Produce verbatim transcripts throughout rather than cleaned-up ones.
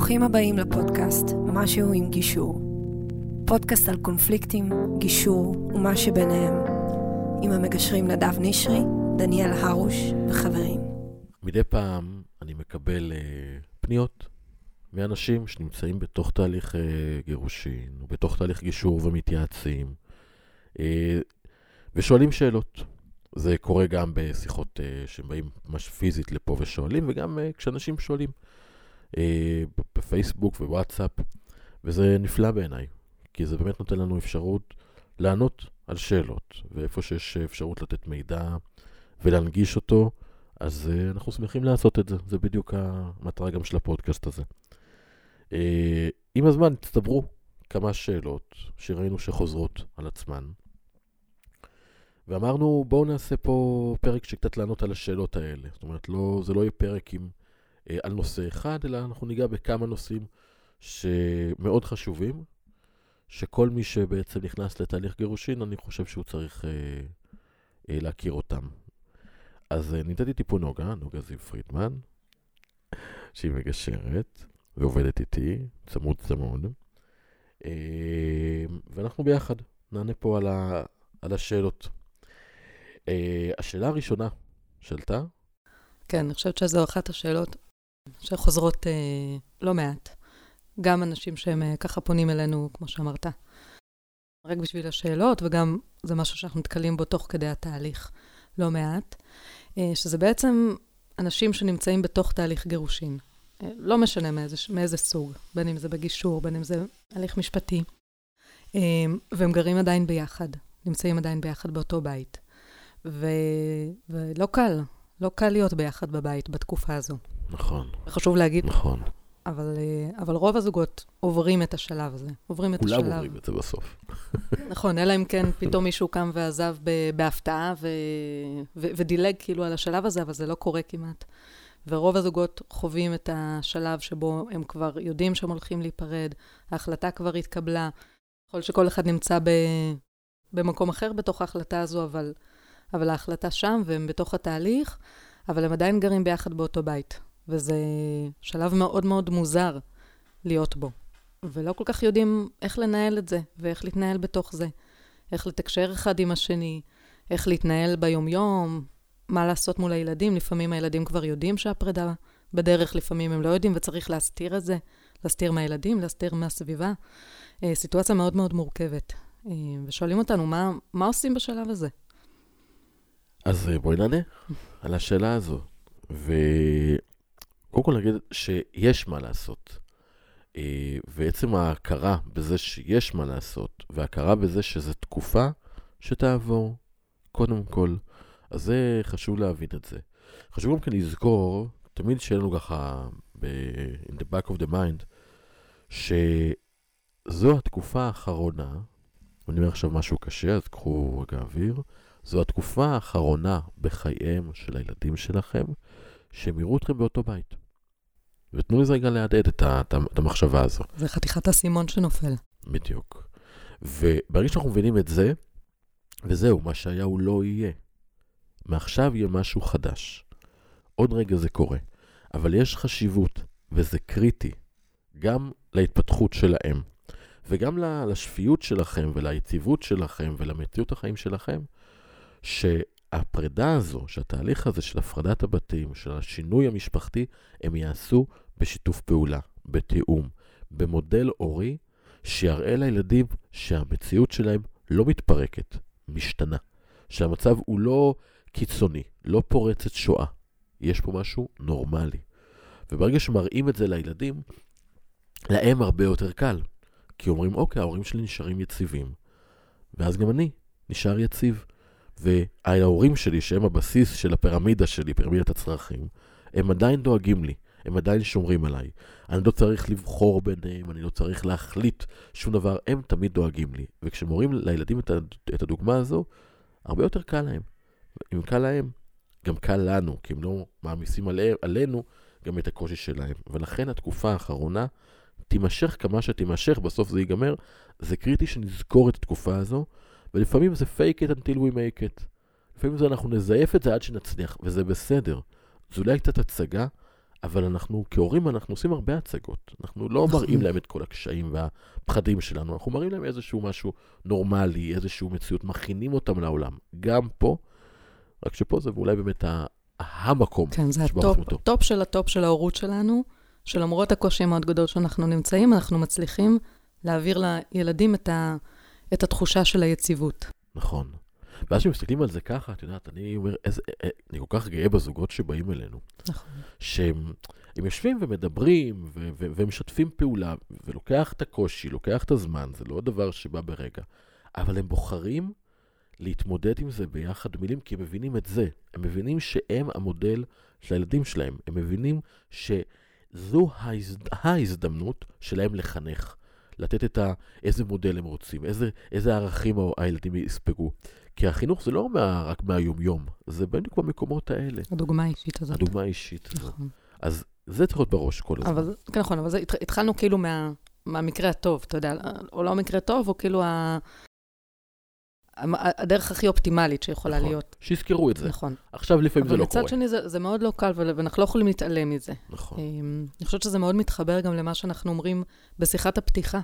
ברוכים הבאים לפודקאסט משהו עם גישור. פודקאסט על קונפליקטים, גישור ומה שביניהם. עם המגשרים נדב נשרי, דניאל הרוש וחברים. מדי פעם אני מקבל uh, פניות מאנשים שנמצאים בתוך תהליך uh, גירושין, או בתוך תהליך גישור ומתייעצים, uh, ושואלים שאלות. זה קורה גם בשיחות uh, שבאים ממש פיזית לפה ושואלים, וגם uh, כשאנשים שואלים uh, בפייסבוק ווואטסאפ, וזה נפלא בעיניי, כי זה באמת נותן לנו אפשרות לענות על שאלות, ואיפה שיש אפשרות לתת מידע ולהנגיש אותו, אז uh, אנחנו שמחים לעשות את זה. זה בדיוק המטרה גם של הפודקאסט הזה. Uh, עם הזמן תצטברו כמה שאלות שראינו שחוזרות על עצמן, ואמרנו בואו נעשה פה פרק שקצת לענות על השאלות האלה. זאת אומרת, לא, זה לא יהיה פרק עם, uh, על נושא אחד, אלא אנחנו ניגע בכמה נושאים שמאוד חשובים, שכל מי שבעצם נכנס לתהליך גירושין, אני חושב שהוא צריך uh, uh, להכיר אותם. אז uh, נתתי טיפו נוגה, נוגה זיו פרידמן, שהיא מגשרת ועובדת איתי, צמוד צמוד. Uh, ואנחנו ביחד נענה פה על, ה, על השאלות. Uh, השאלה הראשונה שלתה? כן, אני חושבת שזו אחת השאלות שחוזרות uh, לא מעט. גם אנשים שהם uh, ככה פונים אלינו, כמו שאמרת. רק בשביל השאלות, וגם זה משהו שאנחנו נתקלים בו תוך כדי התהליך לא מעט. שזה בעצם אנשים שנמצאים בתוך תהליך גירושין. לא משנה מאיזה, מאיזה סוג, בין אם זה בגישור, בין אם זה הליך משפטי. והם גרים עדיין ביחד, נמצאים עדיין ביחד באותו בית. ו... ולא קל, לא קל להיות ביחד בבית בתקופה הזו. נכון. חשוב להגיד. נכון. אבל, אבל רוב הזוגות עוברים את השלב הזה. עוברים את כולם השלב. עוברים את זה בסוף. נכון, אלא אם כן פתאום מישהו קם ועזב בהפתעה ו... ו... ודילג כאילו על השלב הזה, אבל זה לא קורה כמעט. ורוב הזוגות חווים את השלב שבו הם כבר יודעים שהם הולכים להיפרד, ההחלטה כבר התקבלה, יכול שכל אחד נמצא ב... במקום אחר בתוך ההחלטה הזו, אבל, אבל ההחלטה שם והם בתוך התהליך, אבל הם עדיין גרים ביחד באותו בית. וזה שלב מאוד מאוד מוזר להיות בו. ולא כל כך יודעים איך לנהל את זה, ואיך להתנהל בתוך זה. איך לתקשר אחד עם השני, איך להתנהל ביום-יום, מה לעשות מול הילדים. לפעמים הילדים כבר יודעים שהפרידה בדרך, לפעמים הם לא יודעים, וצריך להסתיר את זה. להסתיר מהילדים, להסתיר מהסביבה. סיטואציה מאוד מאוד מורכבת. ושואלים אותנו, מה, מה עושים בשלב הזה? אז בואי נענה על השאלה הזו. וקודם כל נגיד שיש מה לעשות. ועצם ההכרה בזה שיש מה לעשות, וההכרה בזה שזו תקופה שתעבור, קודם כל. אז זה חשוב להבין את זה. חשוב גם כן לזכור, תמיד שיהיה לנו ככה, ב- in the back of the mind, שזו התקופה האחרונה, ואני אומר עכשיו משהו קשה, אז קחו רגע אוויר, זו התקופה האחרונה בחייהם של הילדים שלכם, שהם יראו אתכם באותו בית. ותנו לזה רגע להדהד את, את, את המחשבה הזו. זה חתיכת הסימון שנופל. בדיוק. וברגע שאנחנו מבינים את זה, וזהו, מה שהיה הוא לא יהיה. מעכשיו יהיה משהו חדש. עוד רגע זה קורה. אבל יש חשיבות, וזה קריטי, גם להתפתחות שלהם, וגם לשפיות שלכם, וליציבות שלכם, ולמציאות החיים שלכם, שהפרידה הזו, שהתהליך הזה של הפרדת הבתים, של השינוי המשפחתי, הם יעשו בשיתוף פעולה, בתיאום, במודל אורי, שיראה לילדים שהמציאות שלהם לא מתפרקת, משתנה. שהמצב הוא לא קיצוני, לא פורצת שואה. יש פה משהו נורמלי. וברגע שמראים את זה לילדים, להם הרבה יותר קל. כי אומרים, אוקיי, ההורים שלי נשארים יציבים. ואז גם אני נשאר יציב. וההורים שלי, שהם הבסיס של הפירמידה שלי, פירמידת הצרכים, הם עדיין דואגים לי. הם עדיין שומרים עליי. אני לא צריך לבחור ביניהם, אני לא צריך להחליט שום דבר, הם תמיד דואגים לי. וכשמורים לילדים את הדוגמה הזו, הרבה יותר קל להם. אם קל להם, גם קל לנו, כי הם לא מעמיסים עלינו גם את הקושי שלהם. ולכן התקופה האחרונה תימשך כמה שתימשך, בסוף זה ייגמר. זה קריטי שנזכור את התקופה הזו, ולפעמים זה fake it until we make it. לפעמים זה אנחנו נזייף את זה עד שנצליח, וזה בסדר. זו אולי קצת הצגה, אבל אנחנו, כהורים, אנחנו עושים הרבה הצגות. אנחנו לא מראים להם את כל הקשיים והפחדים שלנו, אנחנו מראים להם איזשהו משהו נורמלי, איזשהו מציאות, מכינים אותם לעולם. גם פה, רק שפה זה אולי באמת המקום. כן, זה הטופ, הטופ של הטופ של ההורות שלנו, שלמרות הקושי מאוד גדול שאנחנו נמצאים, אנחנו מצליחים להעביר לילדים את, ה, את התחושה של היציבות. נכון. ואז שמסתכלים על זה ככה, את יודעת, אני אומר, איזה, אני כל כך גאה בזוגות שבאים אלינו. נכון. שהם הם יושבים ומדברים ו- ו- ומשתפים פעולה, ולוקח את הקושי, לוקח את הזמן, זה לא דבר שבא ברגע. אבל הם בוחרים להתמודד עם זה ביחד מילים, כי הם מבינים את זה. הם מבינים שהם המודל של הילדים שלהם. הם מבינים שזו ההזד... ההזדמנות שלהם לחנך. לתת את ה... איזה מודל הם רוצים, איזה, איזה ערכים הילדים יספגו. כי החינוך זה לא מה, רק מהיום-יום, זה בדיוק במקומות האלה. הדוגמה האישית הזאת. הדוגמה האישית הזאת. נכון. אז זה צריך להיות בראש כל הזמן. אבל, כן, נכון, אבל זה, התחלנו כאילו מה, מהמקרה הטוב, אתה יודע, או לא מקרה טוב, או כאילו ה... הדרך הכי אופטימלית שיכולה נכון. להיות. שיזכרו את זה. נכון. עכשיו לפעמים זה לא קורה. אבל מצד שני זה, זה מאוד לא קל, ואנחנו לא יכולים להתעלם מזה. נכון. אני חושבת שזה מאוד מתחבר גם למה שאנחנו אומרים בשיחת הפתיחה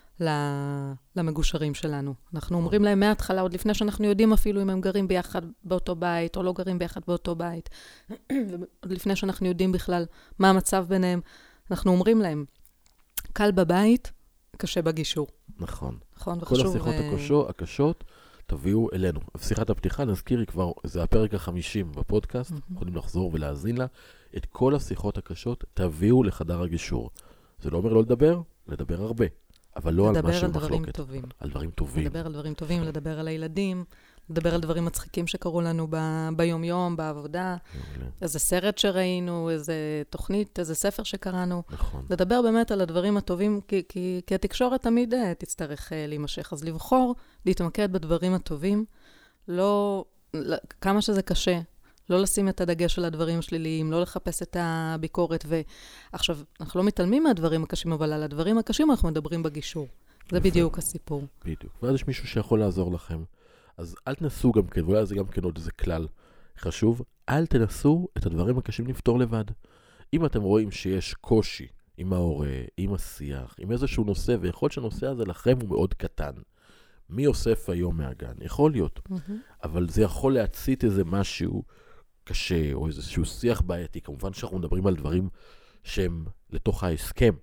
למגושרים שלנו. אנחנו אומרים להם מההתחלה, עוד לפני שאנחנו יודעים אפילו אם הם גרים ביחד באותו בית, או לא גרים ביחד באותו בית, עוד לפני שאנחנו יודעים בכלל מה המצב ביניהם, אנחנו אומרים להם, קל בבית, קשה בגישור. נכון. נכון, כל וחשוב... השיחות הקשות, הקשות תביאו אלינו. בשיחת הפתיחה נזכירי כבר, זה הפרק החמישים בפודקאסט, יכולים לחזור ולהזין לה. את כל השיחות הקשות תביאו לחדר הגישור. זה לא אומר לא לדבר, לדבר הרבה. אבל לא על משהו מחלוקת. לדבר על דברים טובים. על דברים טובים. לדבר על דברים טובים, לדבר על הילדים, לדבר על דברים מצחיקים שקרו לנו ב- ביום-יום, בעבודה, איזה סרט שראינו, איזה תוכנית, איזה ספר שקראנו. נכון. לדבר באמת על הדברים הטובים, כי, כי, כי התקשורת תמיד תצטרך uh, להימשך. אז לבחור, להתמקד בדברים הטובים, לא, כמה שזה קשה, לא לשים את הדגש על הדברים השליליים, לא לחפש את הביקורת. ועכשיו, אנחנו לא מתעלמים מהדברים הקשים, אבל על הדברים הקשים אנחנו מדברים בגישור. זה בדיוק הסיפור. בדיוק. ואז יש מישהו שיכול לעזור לכם. אז אל תנסו גם כן, ואולי זה גם כן עוד איזה כלל חשוב, אל תנסו את הדברים הקשים לפתור לבד. אם אתם רואים שיש קושי עם ההורה, עם השיח, עם איזשהו נושא, ויכול שהנושא הזה לכם הוא מאוד קטן. מי אוסף היום מהגן? יכול להיות. Mm-hmm. אבל זה יכול להצית איזה משהו קשה, או איזשהו שיח בעייתי. כמובן שאנחנו מדברים על דברים שהם לתוך ההסכם.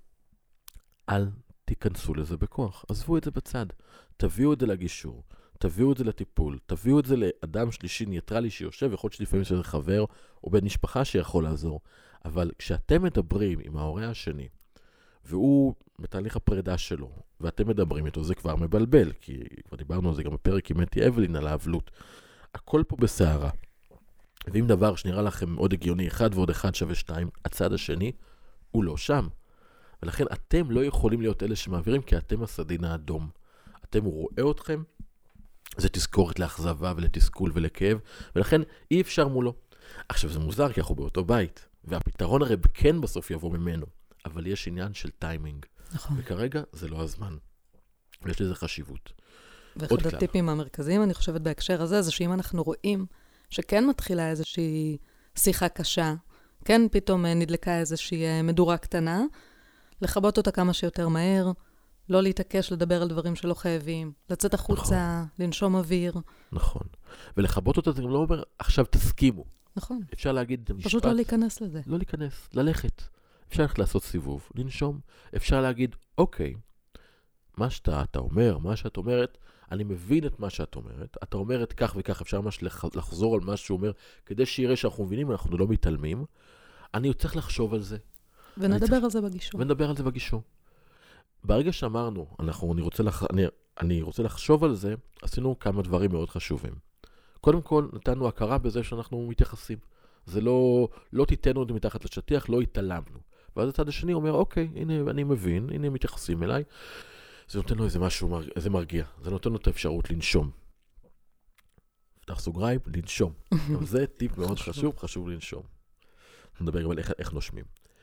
אל תיכנסו לזה בכוח. עזבו את זה בצד. תביאו את זה לגישור. תביאו את זה לטיפול. תביאו את זה לאדם שלישי ניטרלי שיושב, יכול להיות שלפעמים שזה חבר או בן משפחה שיכול לעזור. אבל כשאתם מדברים עם ההורה השני, והוא בתהליך הפרידה שלו, ואתם מדברים איתו, זה כבר מבלבל, כי כבר דיברנו על זה גם בפרק עם אתי אבלין, על האבלות. הכל פה בסערה. ואם דבר שנראה לכם מאוד הגיוני, אחד ועוד אחד שווה שתיים, הצד השני הוא לא שם. ולכן אתם לא יכולים להיות אלה שמעבירים, כי אתם הסדין האדום. אתם, הוא רואה אתכם, זה תזכורת לאכזבה ולתסכול ולכאב, ולכן אי אפשר מולו. עכשיו זה מוזר, כי אנחנו באותו בית, והפתרון הרי כן בסוף יבוא ממנו, אבל יש עניין של טיימינג. נכון. וכרגע זה לא הזמן. ויש לזה חשיבות. ואחד הטיפים המרכזיים, אני חושבת בהקשר הזה, זה שאם אנחנו רואים שכן מתחילה איזושהי שיחה קשה, כן פתאום נדלקה איזושהי מדורה קטנה, לכבות אותה כמה שיותר מהר, לא להתעקש לדבר על דברים שלא חייבים, לצאת החוצה, נכון. לנשום אוויר. נכון. ולכבות אותה זה גם לא אומר, עכשיו תסכימו. נכון. אפשר להגיד את המשפט. פשוט לא להיכנס לזה. לא להיכנס, ללכת. אפשר ללכת לעשות סיבוב, לנשום. אפשר להגיד, אוקיי, מה שאתה אתה אומר, מה שאת אומרת, אני מבין את מה שאת אומרת. אתה אומרת כך וכך, אפשר ממש לחזור על מה שהוא אומר, כדי שיראה שאנחנו מבינים, אנחנו לא מתעלמים. אני צריך לחשוב על זה. ונדבר צריך... על זה בגישור. ונדבר על זה בגישור. ברגע שאמרנו, אנחנו, אני, רוצה לח... אני, אני רוצה לחשוב על זה, עשינו כמה דברים מאוד חשובים. קודם כל, נתנו הכרה בזה שאנחנו מתייחסים. זה לא, לא תיתנו את זה מתחת לשטיח, לא התעלמנו. ואז הצד השני אומר, אוקיי, הנה, אני מבין, הנה הם מתייחסים אליי. זה נותן לו איזה משהו, איזה מרגיע. זה נותן לו את האפשרות לנשום. פתח סוגריים, לנשום. זה טיפ מאוד חשוב, חשוב לנשום. נדבר גם על איך, איך נושמים.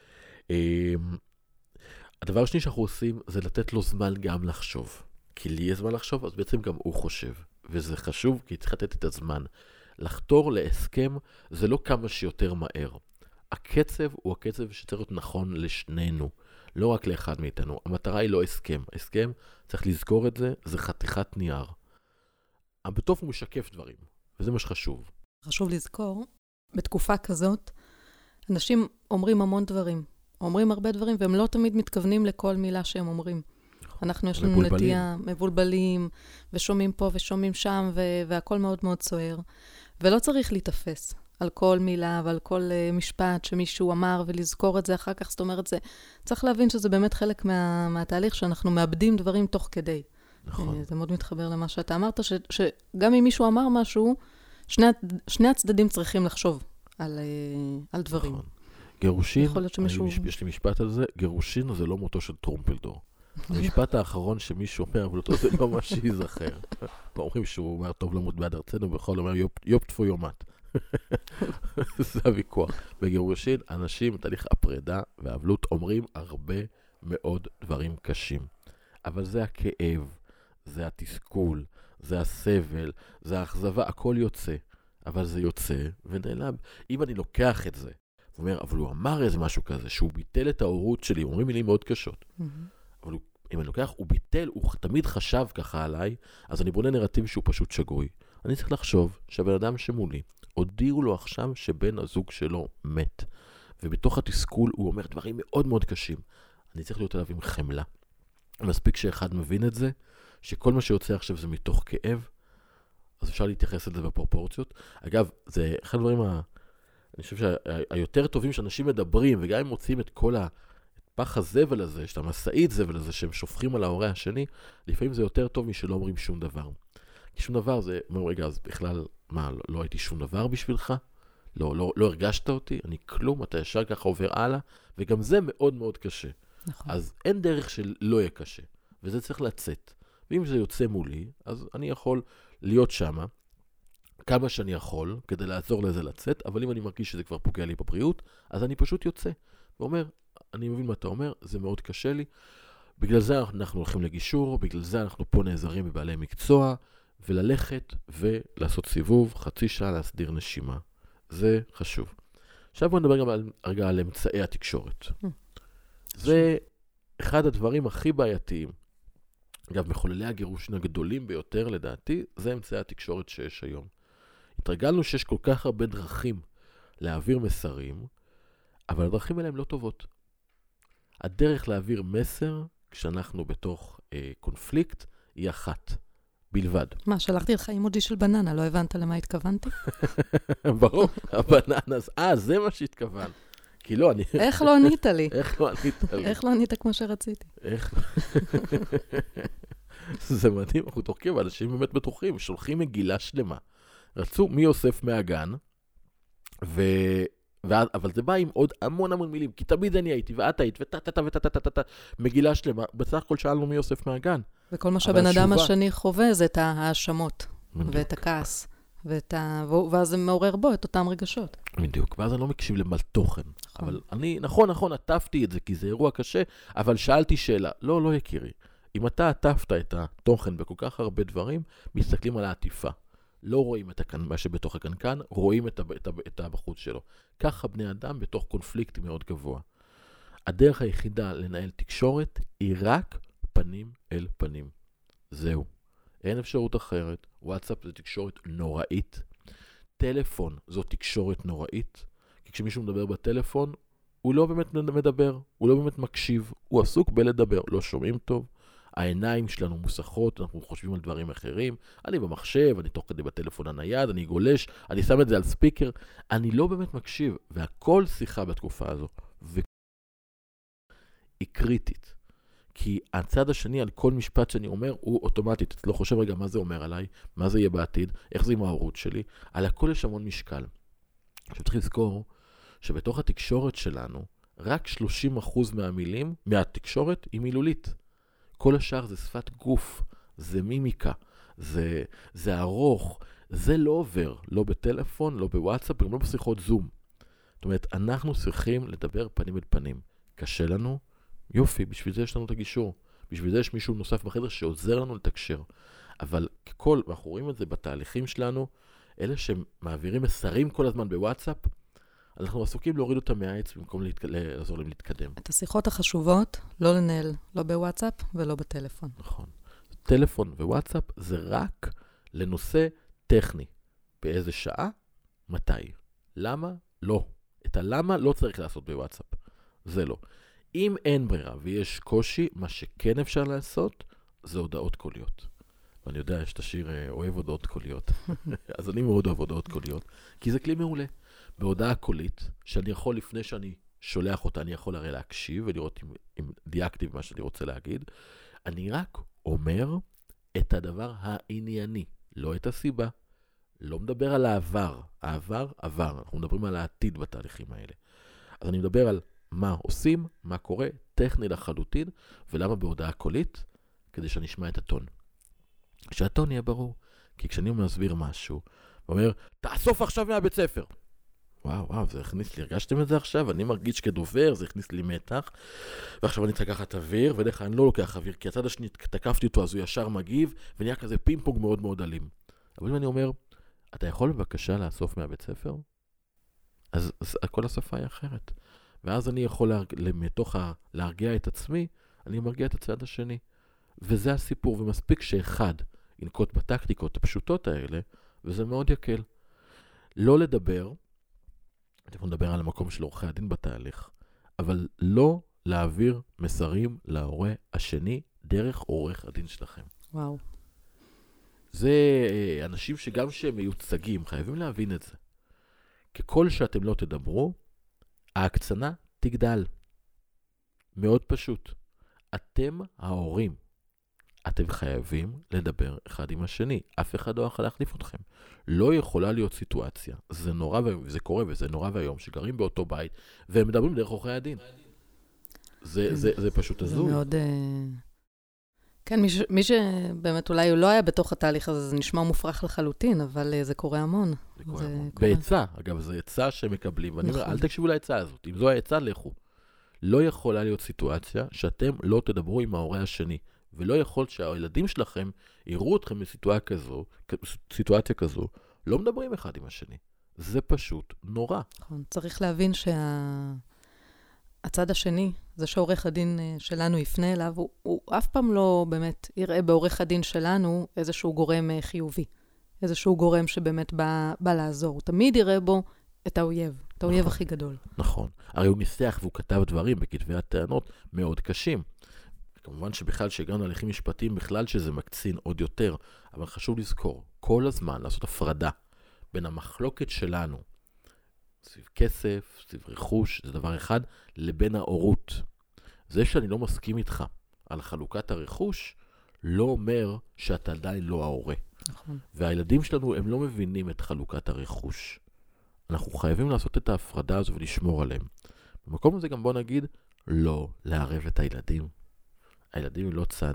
הדבר השני שאנחנו עושים זה לתת לו זמן גם לחשוב. כי לי יש זמן לחשוב, אז בעצם גם הוא חושב. וזה חשוב כי צריך לתת את הזמן. לחתור להסכם זה לא כמה שיותר מהר. הקצב הוא הקצב שצריך להיות נכון לשנינו, לא רק לאחד מאיתנו. המטרה היא לא הסכם. הסכם, צריך לזכור את זה, זה חתיכת נייר. הבטוף הוא משקף דברים, וזה מה שחשוב. חשוב לזכור, בתקופה כזאת, אנשים אומרים המון דברים, אומרים הרבה דברים, והם לא תמיד מתכוונים לכל מילה שהם אומרים. אנחנו יש לנו נטייה, מבולבלים, ושומעים פה ושומעים שם, והכל מאוד מאוד סוער. ולא צריך להתאפס על כל מילה ועל כל משפט שמישהו אמר, ולזכור את זה אחר כך, זאת אומרת, זה, צריך להבין שזה באמת חלק מה, מהתהליך שאנחנו מאבדים דברים תוך כדי. נכון. זה מאוד מתחבר למה שאתה אמרת, ש, שגם אם מישהו אמר משהו, שני, שני הצדדים צריכים לחשוב על, על דברים. נכון. גירושין, שמישהו... אני, יש לי משפט על זה, גירושין זה לא מותו של טרומפלדור. המשפט האחרון שמישהו אומר, אבל אותו זה לא מה שיזכר. אומרים שהוא אומר, טוב למות בעד ארצנו, בכל אומר, יופ תפו יומת. זה הוויכוח. בגירושין, אנשים, תהליך הפרידה והאבלות, אומרים הרבה מאוד דברים קשים. אבל זה הכאב, זה התסכול, זה הסבל, זה האכזבה, הכל יוצא. אבל זה יוצא ונעלם. אם אני לוקח את זה, הוא אומר, אבל הוא אמר איזה משהו כזה, שהוא ביטל את ההורות שלי, הוא אומרים מילים מאוד קשות. אבל הוא, אם אני לוקח, הוא ביטל, הוא תמיד חשב ככה עליי, אז אני בונה נרטיב שהוא פשוט שגוי. אני צריך לחשוב שהבן אדם שמולי, הודיעו לו עכשיו שבן הזוג שלו מת. ובתוך התסכול הוא אומר דברים מאוד מאוד קשים. אני צריך להיות עליו עם חמלה. מספיק שאחד מבין את זה, שכל מה שיוצא עכשיו זה מתוך כאב, אז אפשר להתייחס לזה בפרופורציות. אגב, זה אחד הדברים, ה... אני חושב שהיותר טובים שאנשים מדברים, וגם אם מוצאים את כל ה... פח הזבל הזה, את המסעית זבל הזה, שהם שופכים על ההורה השני, לפעמים זה יותר טוב משלא אומרים שום דבר. כי שום דבר זה, אומר, רגע, אז בכלל, מה, לא, לא הייתי שום דבר בשבילך? לא, לא, לא הרגשת אותי? אני כלום, אתה ישר ככה עובר הלאה, וגם זה מאוד מאוד קשה. נכון. אז אין דרך שלא יהיה קשה, וזה צריך לצאת. ואם זה יוצא מולי, אז אני יכול להיות שמה, כמה שאני יכול, כדי לעזור לזה לצאת, אבל אם אני מרגיש שזה כבר פוגע לי בבריאות, אז אני פשוט יוצא. ואומר, אני מבין מה אתה אומר, זה מאוד קשה לי. בגלל זה אנחנו הולכים לגישור, בגלל זה אנחנו פה נעזרים בבעלי מקצוע, וללכת ולעשות סיבוב, חצי שעה להסדיר נשימה. זה חשוב. עכשיו בואו נדבר גם על, רגע על אמצעי התקשורת. זה אחד הדברים הכי בעייתיים. אגב, מחוללי הגירושין הגדולים ביותר, לדעתי, זה אמצעי התקשורת שיש היום. התרגלנו שיש כל כך הרבה דרכים להעביר מסרים, אבל הדרכים האלה הן לא טובות. הדרך להעביר מסר, כשאנחנו בתוך אה, קונפליקט, היא אחת, בלבד. מה, שלחתי לך אימוג'י של בננה, לא הבנת למה התכוונתי? ברור, הבננה, אה, זה מה שהתכוון. כי לא, אני... איך לא ענית לי? איך לא ענית לי? איך לא ענית כמו שרציתי? איך? זה מדהים, אנחנו תוחקים, אנשים באמת בטוחים, שולחים מגילה שלמה. רצו מי אוסף מהגן, ו... ואז, אבל זה בא עם עוד המון המון מילים, כי תמיד אני הייתי, ואת היית, וטטטה וטטטטטה, מגילה שלמה, בסך הכל שאלנו מי אוסף מהגן. וכל מה שהבן אדם השני חווה זה את ההאשמות, ואת הכעס, ואת ה... ואז זה מעורר בו את אותם רגשות. בדיוק, ואז אני לא מקשיב למה תוכן. אבל אני, נכון, נכון, עטפתי את זה, כי זה אירוע קשה, אבל שאלתי שאלה, לא, לא יכירי. אם אתה עטפת את התוכן בכל כך הרבה דברים, מסתכלים על העטיפה. לא רואים את הקנ... מה שבתוך הקנקן, רואים את, ה... את, ה... את הבחוץ שלו. ככה בני אדם בתוך קונפליקט מאוד גבוה. הדרך היחידה לנהל תקשורת היא רק פנים אל פנים. זהו. אין אפשרות אחרת. וואטסאפ זה תקשורת נוראית. טלפון זו תקשורת נוראית. כי כשמישהו מדבר בטלפון, הוא לא באמת מדבר, הוא לא באמת מקשיב, הוא עסוק בלדבר, לא שומעים טוב. העיניים שלנו מוסכות, אנחנו חושבים על דברים אחרים, אני במחשב, אני תוך כדי בטלפון הנייד, אני גולש, אני שם את זה על ספיקר, אני לא באמת מקשיב, והכל שיחה בתקופה הזו, והיא קריטית, כי הצד השני על כל משפט שאני אומר, הוא אוטומטית, אתה לא חושב רגע מה זה אומר עליי, מה זה יהיה בעתיד, איך זה עם ההורות שלי, על הכל יש המון משקל. עכשיו צריך לזכור, שבתוך התקשורת שלנו, רק שלושים אחוז מהמילים, מהתקשורת, היא מילולית. כל השאר זה שפת גוף, זה מימיקה, זה, זה ארוך, זה לא עובר, לא בטלפון, לא בוואטסאפ, גם לא בשיחות זום. זאת אומרת, אנחנו צריכים לדבר פנים אל פנים. קשה לנו? יופי, בשביל זה יש לנו את הגישור. בשביל זה יש מישהו נוסף בחדר שעוזר לנו לתקשר. אבל ככל, ואנחנו רואים את זה בתהליכים שלנו, אלה שמעבירים מסרים כל הזמן בוואטסאפ, אנחנו עסוקים להוריד אותם מהעץ במקום להתק... לעזור להם להתקדם. את השיחות החשובות לא לנהל, לא בוואטסאפ ולא בטלפון. נכון. טלפון ווואטסאפ זה רק לנושא טכני. באיזה שעה? מתי? למה? לא. את הלמה לא צריך לעשות בוואטסאפ. זה לא. אם אין ברירה ויש קושי, מה שכן אפשר לעשות, זה הודעות קוליות. ואני יודע, יש את השיר אוהב הודעות קוליות. אז אני מאוד אוהב הודעות קוליות, כי זה כלי מעולה. בהודעה קולית, שאני יכול לפני שאני שולח אותה, אני יכול הרי להקשיב ולראות אם, אם דייקתי במה שאני רוצה להגיד. אני רק אומר את הדבר הענייני, לא את הסיבה. לא מדבר על העבר. העבר, עבר. אנחנו מדברים על העתיד בתהליכים האלה. אז אני מדבר על מה עושים, מה קורה, טכני לחלוטין, ולמה בהודעה קולית? כדי שאני אשמע את הטון. שהטון יהיה ברור. כי כשאני מסביר משהו, ואומר, תאסוף עכשיו מהבית ספר. וואו, וואו, זה הכניס לי, הרגשתם את זה עכשיו? אני מרגיש כדובר, זה הכניס לי מתח, ועכשיו אני צריך לקחת אוויר, ודרך אני לא לוקח אוויר, כי הצד השני תקפתי אותו, אז הוא ישר מגיב, ונהיה כזה פימפונג מאוד מאוד אלים. אבל אם אני אומר, אתה יכול בבקשה לאסוף מהבית ספר? אז, אז כל השפה היא אחרת. ואז אני יכול להרג... מתוך ה... להרגיע את עצמי, אני מרגיע את הצד השני. וזה הסיפור, ומספיק שאחד ינקוט בטקטיקות הפשוטות האלה, וזה מאוד יקל. לא לדבר, אנחנו נדבר על המקום של עורכי הדין בתהליך, אבל לא להעביר מסרים להורה השני דרך עורך הדין שלכם. וואו. זה אנשים שגם שהם מיוצגים, חייבים להבין את זה. ככל שאתם לא תדברו, ההקצנה תגדל. מאוד פשוט. אתם ההורים. אתם חייבים לדבר אחד עם השני. אף אחד לא יכול להחליף אתכם. לא יכולה להיות סיטואציה. זה נורא וזה קורה וזה נורא והיום, שגרים באותו בית, והם מדברים דרך עורכי הדין. זה, זה, זה פשוט הזוי. זה מאוד... כן, מי, ש... מי שבאמת אולי הוא לא היה בתוך התהליך הזה, זה נשמע מופרך לחלוטין, אבל זה קורה המון. זה קורה זה המון. קורה. בעצה, אגב, זה עצה שמקבלים, ואני נכון. אומר, אל תקשיבו לעצה הזאת. אם זו העצה, לכו. לא יכולה להיות סיטואציה שאתם לא תדברו עם ההורה השני, ולא יכול שהילדים שלכם יראו אתכם בסיטואציה כזו, סיטואציה כזו, לא מדברים אחד עם השני. זה פשוט נורא. נכון, צריך להבין שה... הצד השני, זה שעורך הדין שלנו יפנה אליו, הוא, הוא אף פעם לא באמת יראה בעורך הדין שלנו איזשהו גורם חיובי, איזשהו גורם שבאמת בא, בא לעזור. הוא תמיד יראה בו את האויב, את האויב נכון, הכי גדול. נכון. הרי הוא ניסח והוא כתב דברים בכתבי הטענות מאוד קשים. כמובן שבכלל שהגענו להליכים משפטיים, בכלל שזה מקצין עוד יותר, אבל חשוב לזכור, כל הזמן לעשות הפרדה בין המחלוקת שלנו, סביב כסף, סביב רכוש, זה דבר אחד, לבין ההורות. זה שאני לא מסכים איתך על חלוקת הרכוש, לא אומר שאתה עדיין לא ההורה. נכון. והילדים שלנו, הם לא מבינים את חלוקת הרכוש. אנחנו חייבים לעשות את ההפרדה הזו ולשמור עליהם. במקום הזה גם בוא נגיד, לא לערב את הילדים. הילדים הם לא צד.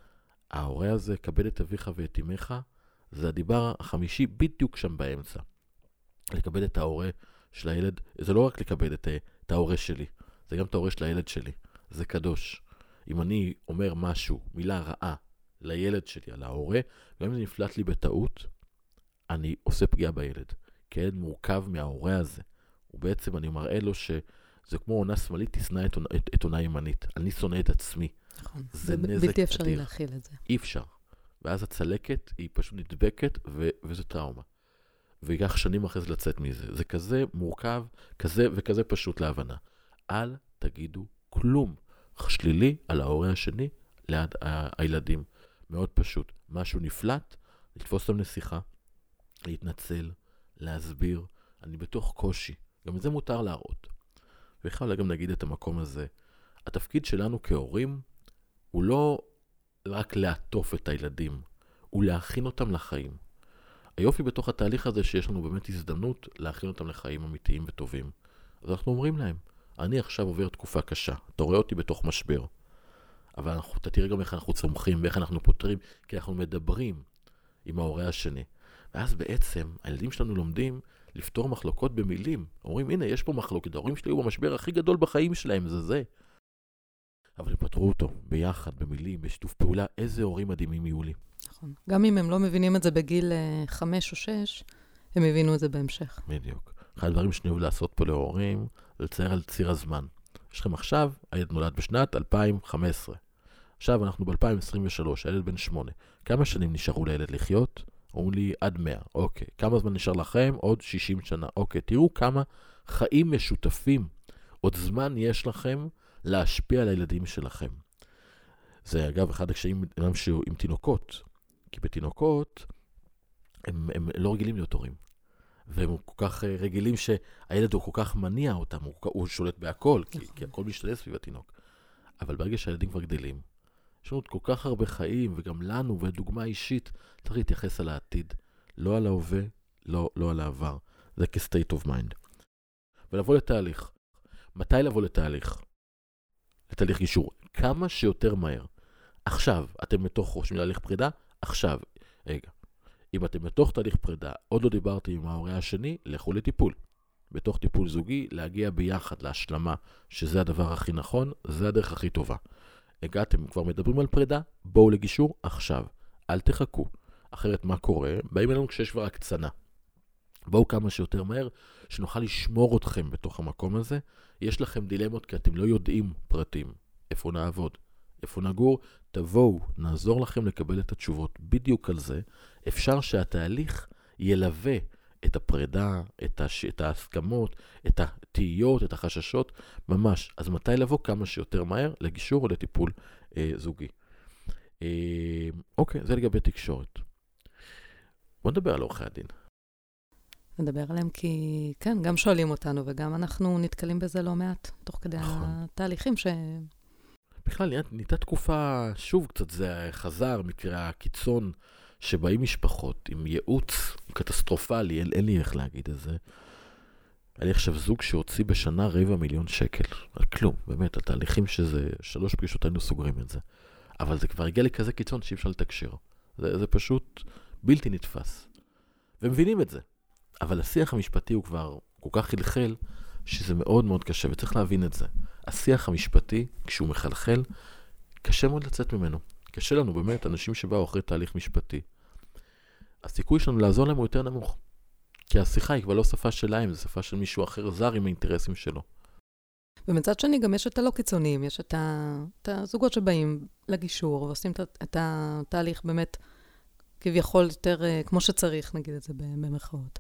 ההורה הזה, כבד את אביך ואת אמך, זה הדיבר החמישי בדיוק שם באמצע. לקבל את ההורה של הילד, זה לא רק לקבל את, את ההורה שלי, זה גם את ההורה של הילד שלי. זה קדוש. אם אני אומר משהו, מילה רעה, לילד שלי, על ההורה, גם אם זה נפלט לי בטעות, אני עושה פגיעה בילד. כי הילד מורכב מההורה הזה. ובעצם אני מראה לו שזה כמו עונה שמאלית, תשנא את, את, את עונה ימנית. אני שונא את עצמי. נכון. זה, זה בלתי אפשרי להכיל את זה. אי אפשר. ואז הצלקת היא פשוט נדבקת, ו- וזה טראומה. ויקח שנים אחרי זה לצאת מזה. זה כזה מורכב, כזה וכזה פשוט להבנה. אל תגידו כלום שלילי על ההורה השני ליד ה- הילדים. מאוד פשוט. משהו נפלט, לתפוס אותם לשיחה, להתנצל, להסביר. אני בתוך קושי. גם את זה מותר להראות. וכלל גם נגיד את המקום הזה. התפקיד שלנו כהורים הוא לא רק לעטוף את הילדים, הוא להכין אותם לחיים. היופי בתוך התהליך הזה שיש לנו באמת הזדמנות להכין אותם לחיים אמיתיים וטובים. אז אנחנו אומרים להם, אני עכשיו עובר תקופה קשה, אתה רואה אותי בתוך משבר, אבל אנחנו, אתה תראה גם איך אנחנו צומחים ואיך אנחנו פותרים, כי אנחנו מדברים עם ההורה השני. ואז בעצם הילדים שלנו לומדים לפתור מחלוקות במילים. אומרים, הנה, יש פה מחלוקת, ההורים שלי היו במשבר הכי גדול בחיים שלהם, זה זה. אבל הם פתרו אותו ביחד, במילים, בשיתוף פעולה, איזה הורים מדהימים יהיו לי. נכון. גם אם הם לא מבינים את זה בגיל חמש או שש, הם הבינו את זה בהמשך. בדיוק. אחד הדברים שאני אוהב לעשות פה להורים, זה לצייר על ציר הזמן. יש לכם עכשיו, הילד נולד בשנת אלפיים וחמש עשרה. עכשיו אנחנו ב-אלפיים עשרים ושלוש, הילד בן שמונה. כמה שנים נשארו לילד לחיות? אומרים לי עד מאה. אוקיי. כמה זמן נשאר לכם? עוד שישים שנה. אוקיי. תראו כמה חיים משותפים, עוד זמן יש לכם להשפיע על הילדים שלכם. זה אגב אחד הקשיים עם תינוקות. כי בתינוקות הם, הם לא רגילים להיות הורים. והם כל כך רגילים שהילד הוא כל כך מניע אותם, הוא, הוא שולט בהכל, כי, כי הכל משתנה סביב התינוק. אבל ברגע שהילדים כבר גדלים, יש לנו כל כך הרבה חיים, וגם לנו, ודוגמה אישית, צריך להתייחס על העתיד. לא על ההווה, לא, לא על העבר. זה כ-state of mind. ולבוא לתהליך. מתי לבוא לתהליך? לתהליך גישור. כמה שיותר מהר. עכשיו, אתם מתוך חושבים להליך פרידה? עכשיו. רגע. אם אתם בתוך תהליך פרידה, עוד לא דיברתי עם ההורה השני, לכו לטיפול. בתוך טיפול זוגי, להגיע ביחד להשלמה, שזה הדבר הכי נכון, זה הדרך הכי טובה. הגעתם, כבר מדברים על פרידה, בואו לגישור עכשיו. אל תחכו. אחרת מה קורה? באים אלינו כשיש כבר הקצנה. בואו כמה שיותר מהר, שנוכל לשמור אתכם בתוך המקום הזה. יש לכם דילמות כי אתם לא יודעים פרטים. איפה נעבוד? איפה נגור? תבואו, נעזור לכם לקבל את התשובות. בדיוק על זה, אפשר שהתהליך ילווה את הפרידה, את, הש... את ההסכמות, את התהיות, את החששות, ממש. אז מתי לבוא כמה שיותר מהר לגישור או לטיפול אה, זוגי? אה, אוקיי, זה לגבי תקשורת. בוא נדבר על עורכי הדין. נדבר עליהם כי, כן, גם שואלים אותנו, וגם אנחנו נתקלים בזה לא מעט, תוך כדי נכון. התהליכים ש... בכלל, ניתה תקופה, שוב קצת זה חזר, מקרה הקיצון, שבאים משפחות עם ייעוץ קטסטרופלי, אין, אין לי איך להגיד את זה. היה לי עכשיו זוג שהוציא בשנה רבע מיליון שקל, על כלום, באמת, על תהליכים שזה, שלוש פגישות היינו סוגרים את זה. אבל זה כבר הגיע לי כזה קיצון שאי אפשר לתקשר. זה, זה פשוט בלתי נתפס. ומבינים את זה. אבל השיח המשפטי הוא כבר כל כך חלחל, שזה מאוד מאוד קשה, וצריך להבין את זה. השיח המשפטי, כשהוא מחלחל, קשה מאוד לצאת ממנו. קשה לנו באמת, אנשים שבאו אחרי תהליך משפטי. הסיכוי שלנו לעזור להם הוא יותר נמוך. כי השיחה היא כבר לא שפה שלהם, זה שפה של מישהו אחר זר עם האינטרסים שלו. ומצד שני גם יש את הלא קיצוניים, יש את, ה... את הזוגות שבאים לגישור, ועושים את התהליך באמת כביכול יותר כמו שצריך, נגיד את זה במרכאות.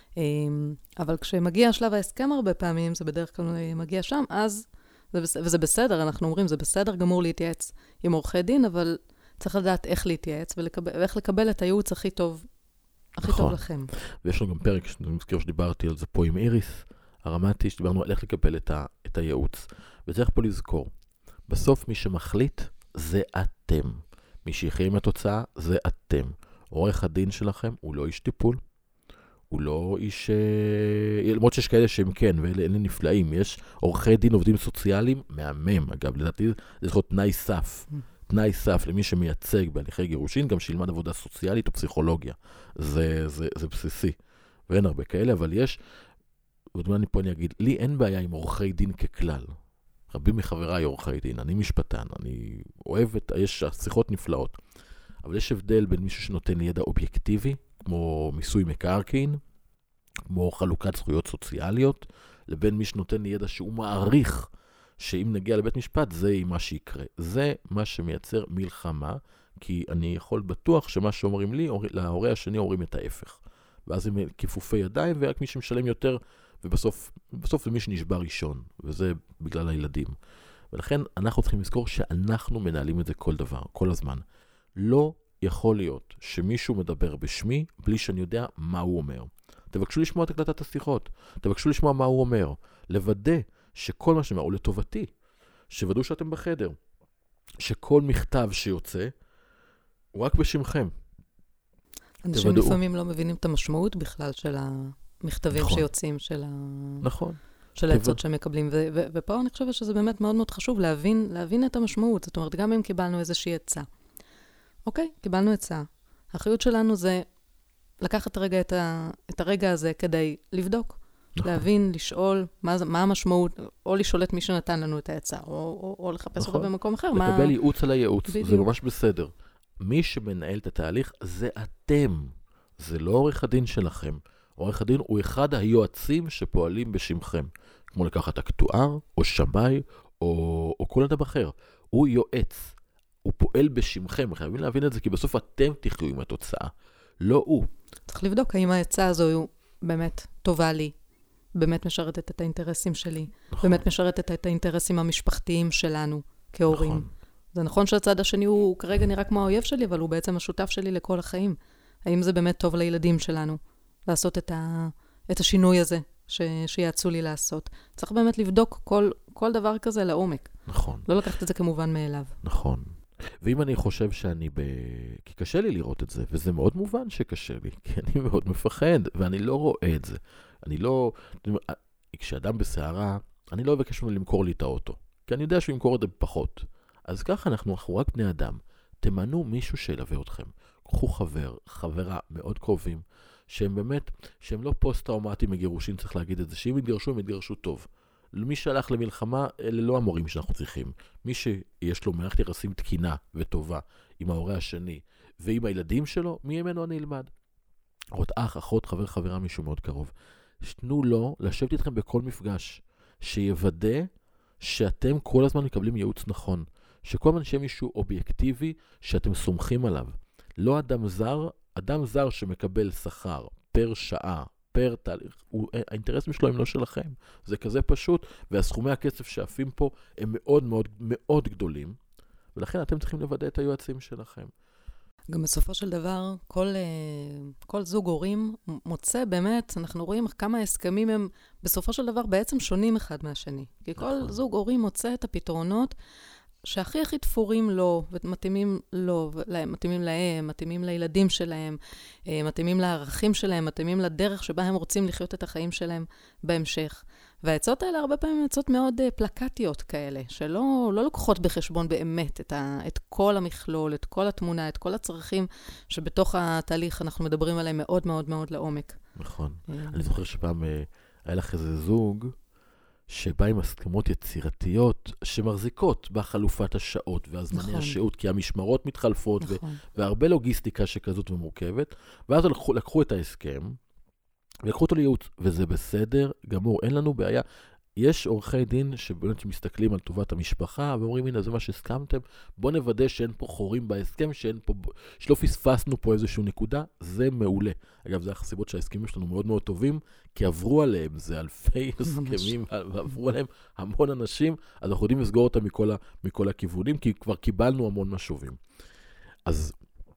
אבל כשמגיע השלב ההסכם הרבה פעמים, זה בדרך כלל מגיע שם, אז, וזה בסדר, אנחנו אומרים, זה בסדר גמור להתייעץ עם עורכי דין, אבל צריך לדעת איך להתייעץ, ואיך לקבל את הייעוץ הכי טוב, הכי טוב לכם. ויש לנו גם פרק, אני מזכיר שדיברתי על זה פה עם איריס, הרמתי, שדיברנו על איך לקבל את, ה, את הייעוץ. וצריך פה לזכור, בסוף מי שמחליט זה אתם. מי שיחיה עם התוצאה זה אתם. עורך הדין שלכם הוא לא איש טיפול, הוא לא איש... למרות שיש כאלה שהם כן, ואלה נפלאים. יש עורכי דין עובדים סוציאליים, מהמם, אגב, לדעתי זה יכול להיות תנאי סף. תנאי סף למי שמייצג בהליכי גירושין, גם שילמד עבודה סוציאלית או פסיכולוגיה. זה, זה, זה בסיסי. ואין הרבה כאלה, אבל יש... ודמה אני פה אני אגיד, לי אין בעיה עם עורכי דין ככלל. רבים מחבריי עורכי דין, אני משפטן, אני אוהב את... יש שיחות נפלאות. אבל יש הבדל בין מישהו שנותן לי ידע אובייקטיבי, כמו מיסוי מקרקעין, כמו חלוקת זכויות סוציאליות, לבין מי שנותן לי ידע שהוא מעריך שאם נגיע לבית משפט, זה מה שיקרה. זה מה שמייצר מלחמה, כי אני יכול בטוח שמה שאומרים לי, להורי השני אומרים את ההפך. ואז הם כיפופי ידיים, ורק מי שמשלם יותר, ובסוף בסוף זה מי שנשבע ראשון, וזה בגלל הילדים. ולכן אנחנו צריכים לזכור שאנחנו מנהלים את זה כל דבר, כל הזמן. לא יכול להיות שמישהו מדבר בשמי בלי שאני יודע מה הוא אומר. תבקשו לשמוע את הקלטת השיחות, תבקשו לשמוע מה הוא אומר, לוודא שכל מה שאומר הוא לטובתי, שוודאו שאתם בחדר, שכל מכתב שיוצא הוא רק בשמכם. אנשים לפעמים לא מבינים את המשמעות בכלל של המכתבים נכון. שיוצאים, של, ה... נכון. של העצות שהם מקבלים. ו- ו- ופה אני חושבת שזה באמת מאוד מאוד חשוב להבין, להבין את המשמעות. זאת אומרת, גם אם קיבלנו איזושהי עצה. אוקיי, קיבלנו עצה. האחריות שלנו זה לקחת הרגע את, ה- את הרגע הזה כדי לבדוק, נכון. להבין, לשאול מה, מה המשמעות, או לשאול את מי שנתן לנו את העצה, או, או, או לחפש נכון. אותו במקום אחר. לקבל מה... ייעוץ על הייעוץ, בדיוק. זה ממש בסדר. מי שמנהל את התהליך זה אתם. זה לא עורך הדין שלכם. עורך הדין הוא אחד היועצים שפועלים בשמכם, כמו לקחת אקטואר, או שמאי, או, או כל אדם אחר. הוא יועץ, הוא פועל בשמכם, חייבים להבין את זה, כי בסוף אתם תחיו עם התוצאה, לא הוא. צריך לבדוק האם ההצעה הזו באמת טובה לי, באמת משרתת את האינטרסים שלי, נכון. באמת משרתת את האינטרסים המשפחתיים שלנו כהורים. נכון. זה נכון שהצד השני הוא כרגע נראה כמו האויב שלי, אבל הוא בעצם השותף שלי לכל החיים. האם זה באמת טוב לילדים שלנו, לעשות את, ה, את השינוי הזה ש, שיעצו לי לעשות. צריך באמת לבדוק כל, כל דבר כזה לעומק. נכון. לא לקחת את זה כמובן מאליו. נכון. ואם אני חושב שאני ב... כי קשה לי לראות את זה, וזה מאוד מובן שקשה לי, כי אני מאוד מפחד, ואני לא רואה את זה. אני לא... כשאדם בסערה, אני לא אבקש ממנו למכור לי את האוטו, כי אני יודע שהוא ימכור את זה פחות. אז ככה אנחנו, אנחנו רק בני אדם. תמנו מישהו שילווה אתכם. קחו חבר, חברה מאוד קרובים, שהם באמת, שהם לא פוסט-טראומטיים מגירושים, צריך להגיד את זה, שאם יתגרשו, הם יתגרשו טוב. מי שהלך למלחמה, אלה לא המורים שאנחנו צריכים. מי שיש לו מערכת יחסים תקינה וטובה עם ההורה השני, ועם הילדים שלו, מי ממנו אני אלמד? עוד אח, אחות, חבר, חברה, מישהו מאוד קרוב. תנו לו לשבת איתכם בכל מפגש, שיוודא שאתם כל הזמן מקבלים ייעוץ נכון, שכל הזמן שיהיה מישהו אובייקטיבי שאתם סומכים עליו. לא אדם זר, אדם זר שמקבל שכר פר שעה, פר תהליך, הוא, האינטרסים שלו הם לא שלכם. זה כזה פשוט, והסכומי הכסף שעפים פה הם מאוד מאוד מאוד גדולים, ולכן אתם צריכים לוודא את היועצים שלכם. גם בסופו של דבר, כל, כל זוג הורים מוצא באמת, אנחנו רואים כמה הסכמים הם בסופו של דבר בעצם שונים אחד מהשני. כי כל נכון. זוג הורים מוצא את הפתרונות שהכי הכי תפורים לו, ומתאימים לו, מתאימים להם, מתאימים לילדים שלהם, מתאימים לערכים שלהם, מתאימים לדרך שבה הם רוצים לחיות את החיים שלהם בהמשך. והעצות האלה הרבה פעמים עצות מאוד פלקטיות כאלה, שלא לא לוקחות בחשבון באמת את, ה, את כל המכלול, את כל התמונה, את כל הצרכים שבתוך התהליך אנחנו מדברים עליהם מאוד מאוד מאוד לעומק. נכון. אני זוכר שפעם היה לך איזה זוג, שבא עם הסכמות יצירתיות שמחזיקות בחלופת השעות והזמני נכון. השעות, כי המשמרות מתחלפות נכון. ו- והרבה לוגיסטיקה שכזאת ומורכבת, ואז לקחו, לקחו את ההסכם, ולקחו אותו לייעוץ, וזה בסדר גמור, אין לנו בעיה. יש עורכי דין שבאמת מסתכלים על טובת המשפחה, ואומרים, הנה, זה מה שהסכמתם, בוא נוודא שאין פה חורים בהסכם, שאין פה, שלא פספסנו פה איזשהו נקודה, זה מעולה. אגב, זה הסיבות שההסכמים שלנו מאוד מאוד טובים, כי עברו עליהם, זה אלפי הסכמים, ועברו עליהם המון אנשים, אז אנחנו יודעים לסגור אותם מכל, ה, מכל הכיוונים, כי כבר קיבלנו המון משובים. אז,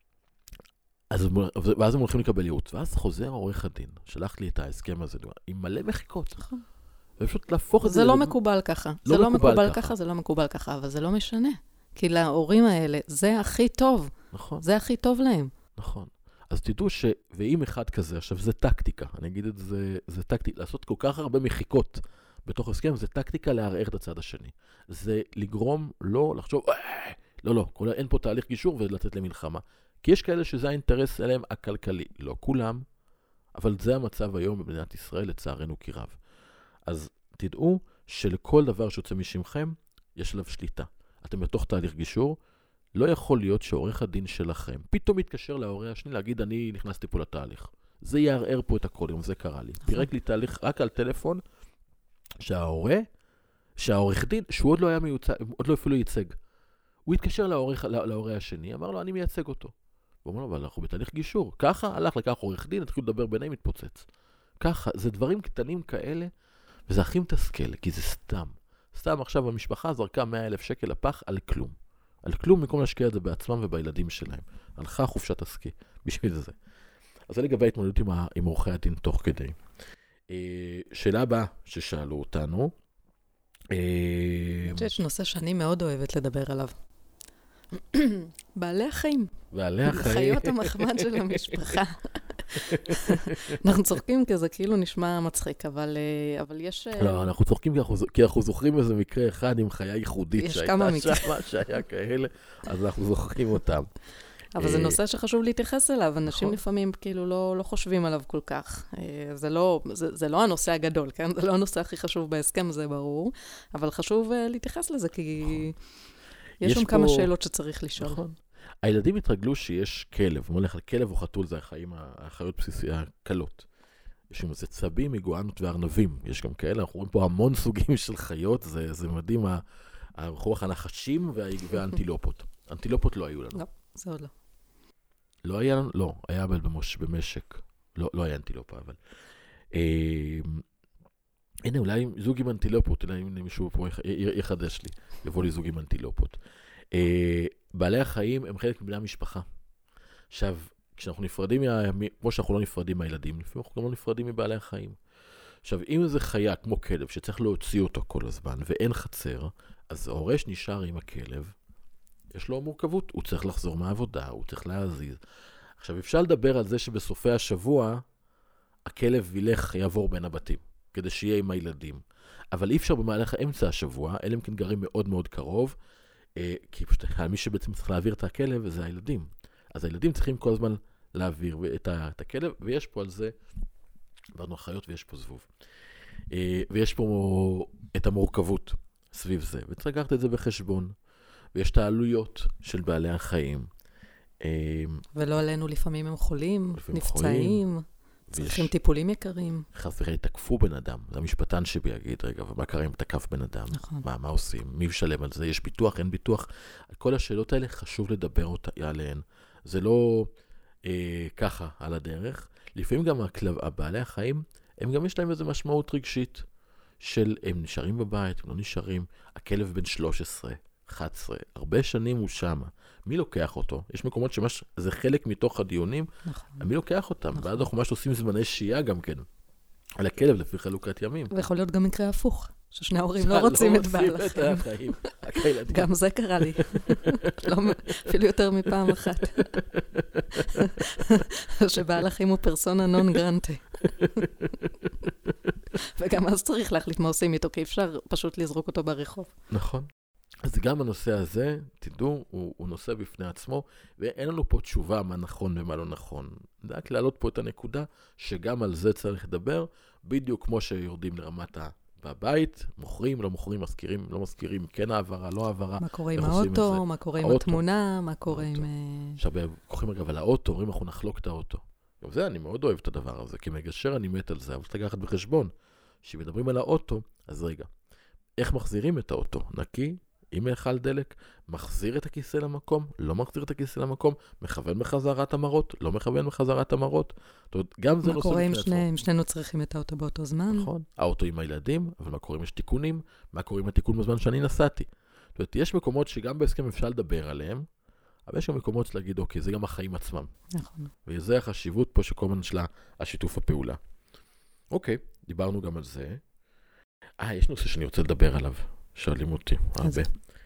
אז, ואז הם הולכים לקבל ייעוץ, ואז חוזר עורך הדין, שלח לי את ההסכם הזה, עם מלא מחיקות. נכון. ופשוט להפוך את זה... זה לא מקובל ככה. זה לא מקובל ככה, זה לא מקובל ככה, אבל זה לא משנה. כי להורים האלה, זה הכי טוב. נכון. זה הכי טוב להם. נכון. אז תדעו ש... ואם אחד כזה, עכשיו זה טקטיקה, אני אגיד את זה, זה טקטיקה, לעשות כל כך הרבה מחיקות בתוך הסכם, זה טקטיקה לערער את הצד השני. זה לגרום לא לחשוב, לא, לא, אין פה תהליך גישור ולתת למלחמה. כי יש כאלה שזה האינטרס אליהם הכלכלי. לא כולם, אבל זה המצב היום במדינת ישראל, לצערנו כי רב. אז תדעו שלכל דבר שיוצא משמכם, יש עליו שליטה. אתם בתוך תהליך גישור, לא יכול להיות שעורך הדין שלכם פתאום מתקשר להורה השני להגיד, אני נכנסתי פה לתהליך. זה יערער פה את הכל, אם זה קרה לי. פירק לי תהליך רק על טלפון, שההורה, שהעורך דין, שהוא עוד לא היה מיוצג, עוד לא אפילו ייצג. הוא התקשר להורך, להורה השני, אמר לו, אני מייצג אותו. הוא אומר לו, אבל אנחנו בתהליך גישור. ככה הלך לקח עורך דין, התחיל לדבר ביניהם, מתפוצץ. ככה, זה דברים קטנים כאלה, וזה הכי מתסכל, כי זה סתם. סתם עכשיו המשפחה זרקה מאה אלף שקל לפח על כלום. על כלום במקום להשקיע את זה בעצמם ובילדים שלהם. הלכה חופשת הסקי בשביל זה. אז זה לגבי ההתמודדות עם, עם עורכי הדין תוך כדי. שאלה הבאה ששאלו אותנו. יש נושא שאני מאוד אוהבת לדבר עליו. בעלי החיים. בעלי החיים. חיות המחמד של המשפחה. אנחנו צוחקים כי זה כאילו נשמע מצחיק, אבל, אבל יש... לא, אנחנו צוחקים כי אנחנו זוכרים איזה מקרה אחד עם חיה ייחודית שהייתה שם, שהיה כאלה, אז אנחנו זוכרים אותם. אבל זה נושא שחשוב להתייחס אליו, אנשים לפעמים כאילו לא, לא חושבים עליו כל כך. זה לא, זה, זה לא הנושא הגדול, כן? זה לא הנושא הכי חשוב בהסכם, זה ברור, אבל חשוב להתייחס לזה, כי יש שם כמה שאלות שצריך לשאול. נכון. הילדים התרגלו שיש כלב, מולך על כלב או חתול, זה החיים, החיות בסיסיות, הקלות. זה צבים, איגואנות וארנבים. יש גם כאלה, אנחנו רואים פה המון סוגים של חיות, זה, זה מדהים, הרוח הנחשים וה, והאנטילופות. אנטילופות לא היו לנו. לא, זה עוד לא. לא היה לנו? לא, היה אבל במוש, במשק. לא, לא היה אנטילופה, אבל... אה, הנה, אולי זוג עם אנטילופות, אולי אם מישהו פה יחדש לי, יבוא לי זוג עם אנטילופות. אה, בעלי החיים הם חלק מבני המשפחה. עכשיו, כשאנחנו נפרדים, כמו שאנחנו לא נפרדים מהילדים, לפעמים אנחנו גם לא נפרדים מבעלי החיים. עכשיו, אם זה חיה כמו כלב, שצריך להוציא אותו כל הזמן, ואין חצר, אז ההורש נשאר עם הכלב, יש לו מורכבות, הוא צריך לחזור מהעבודה, הוא צריך להזיז. עכשיו, אפשר לדבר על זה שבסופי השבוע, הכלב ילך, יעבור בין הבתים, כדי שיהיה עם הילדים. אבל אי אפשר במהלך האמצע השבוע, אלה הם כן גרים מאוד מאוד קרוב, כי פשוט מי שבעצם צריך להעביר את הכלב, זה הילדים. אז הילדים צריכים כל הזמן להעביר את, ה, את הכלב, ויש פה על זה, עברנו החיות ויש פה זבוב. ויש פה את המורכבות סביב זה, וצריך לקחת את זה בחשבון. ויש את העלויות של בעלי החיים. ולא עלינו, לפעמים הם חולים, נפצעים, צריכים טיפולים יקרים. חס וחלילה, תקפו בן אדם. זה המשפטן שבי יגיד, רגע, ומה קרה אם תקף בן אדם? נכון. מה, מה עושים? מי משלם על זה? יש ביטוח, אין ביטוח? כל השאלות האלה חשוב לדבר עליהן. זה לא אה, ככה על הדרך. לפעמים גם הכלב, בעלי החיים, הם גם יש להם איזו משמעות רגשית של הם נשארים בבית, הם לא נשארים. הכלב בן שלוש עשרה, אחת עשרה, הרבה שנים הוא שם. מי לוקח אותו? יש מקומות שזה חלק מתוך הדיונים. נכון. מי לוקח אותם? נכון. ועד אנחנו ממש עושים זמני שהייה גם כן. על הכלב לפי חלוקת ימים. ויכול להיות גם מקרה הפוך. ששני ההורים לא רוצים את בעל החיים. גם זה קרה לי. אפילו יותר מפעם אחת. שבעל החיים הוא פרסונה נון גרנטה. וגם אז צריך להחליט מה עושים איתו, כי אפשר פשוט לזרוק אותו ברחוב. נכון. אז גם הנושא הזה, תדעו, הוא, הוא נושא בפני עצמו, ואין לנו פה תשובה מה נכון ומה לא נכון. זה רק להעלות פה את הנקודה, שגם על זה צריך לדבר, בדיוק כמו שיורדים לרמת ה... בבית, מוכרים, לא מוכרים, מזכירים, לא מזכירים, כן העברה, לא העברה. מה קורה עם האוטו, מה קורה עם התמונה, מה קורה עם... עכשיו, קוראים אגב על האוטו, אומרים אנחנו נחלוק את האוטו. גם זה, אני מאוד אוהב את הדבר הזה, כי מגשר אני מת על זה, אבל תקחת בחשבון, שמדברים על האוטו, אז רגע, איך מחזירים את האוטו? נקי, עם מאכל דלק, מחזיר את הכיסא למקום, לא מחזיר את הכיסא למקום, מכוון בחזרת המרות, לא מכוון בחזרת המרות. זאת אומרת, גם זה נושא... מה קורה אם שני, שנינו צריכים את האוטו באותו זמן? נכון, האוטו עם הילדים, אבל מה קורה אם יש תיקונים? מה קורה עם התיקון בזמן שאני נסעתי? זאת אומרת, יש מקומות שגם בהסכם אפשר לדבר עליהם, אבל יש גם מקומות שלהגיד, אוקיי, זה גם החיים עצמם. נכון. וזה החשיבות פה שכל הזמן שלה השיתוף הפעולה. אוקיי, דיברנו גם על זה. אה, יש נושא שאני רוצה לדבר עליו. שואלים אותי הרבה.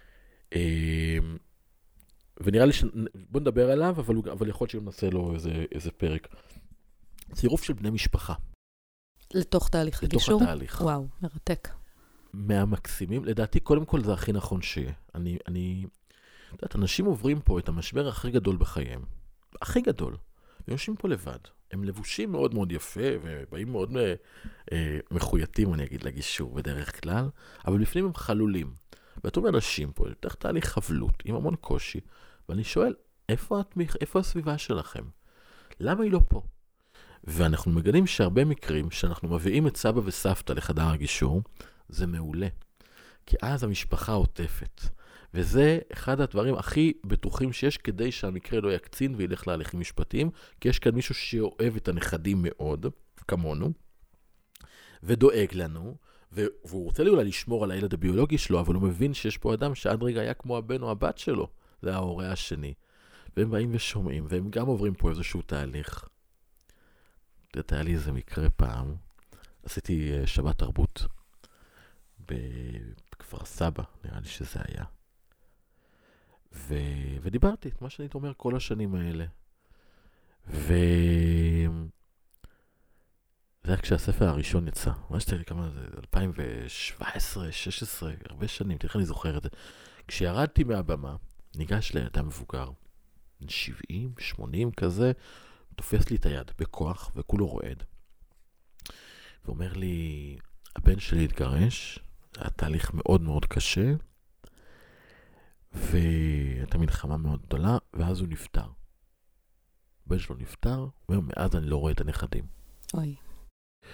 ונראה לי שבוא נדבר עליו, אבל יכול להיות שגם נעשה לו איזה פרק. צירוף של בני משפחה. לתוך תהליך הגישור? לתוך התהליך. וואו, מרתק. מהמקסימים, לדעתי קודם כל זה הכי נכון שיהיה. אני, אני, יודעת, אנשים עוברים פה את המשבר הכי גדול בחייהם. הכי גדול. הם יושבים פה לבד. הם לבושים מאוד מאוד יפה, ובאים מאוד אה, מחויטים, אני אגיד, לגישור בדרך כלל, אבל לפנים הם חלולים. ואתם אנשים פה, לתך תהליך חבלות, עם המון קושי, ואני שואל, איפה, את, איפה הסביבה שלכם? למה היא לא פה? ואנחנו מגלים שהרבה מקרים, שאנחנו מביאים את סבא וסבתא לחדר הגישור, זה מעולה. כי אז המשפחה עוטפת. וזה אחד הדברים הכי בטוחים שיש כדי שהמקרה לא יקצין וילך להליכים משפטיים, כי יש כאן מישהו שאוהב את הנכדים מאוד, כמונו, ודואג לנו, והוא רוצה לי אולי לשמור על הילד הביולוגי שלו, אבל הוא מבין שיש פה אדם שעד רגע היה כמו הבן או הבת שלו, זה ההורה השני. והם באים ושומעים, והם גם עוברים פה איזשהו תהליך. היה לי איזה מקרה פעם, עשיתי שבת תרבות בכפר סבא, נראה לי שזה היה. ו... ודיברתי את מה שאני אומר כל השנים האלה. ו... זה היה כשהספר הראשון יצא. מה שתהיה לי כמה זה? אלפיים שבע עשרה, שש עשרה, הרבה שנים, תראה אני זוכר את זה. כשירדתי מהבמה, ניגש לאדם מבוגר, שבעים, שמונים כזה, תופס לי את היד בכוח, וכולו רועד. ואומר לי, הבן שלי התגרש, זה היה תהליך מאוד מאוד קשה, והייתה מלחמה מאוד גדולה, ואז הוא נפטר. הבן שלו נפטר, ואומר, מאז אני לא רואה את הנכדים. אוי.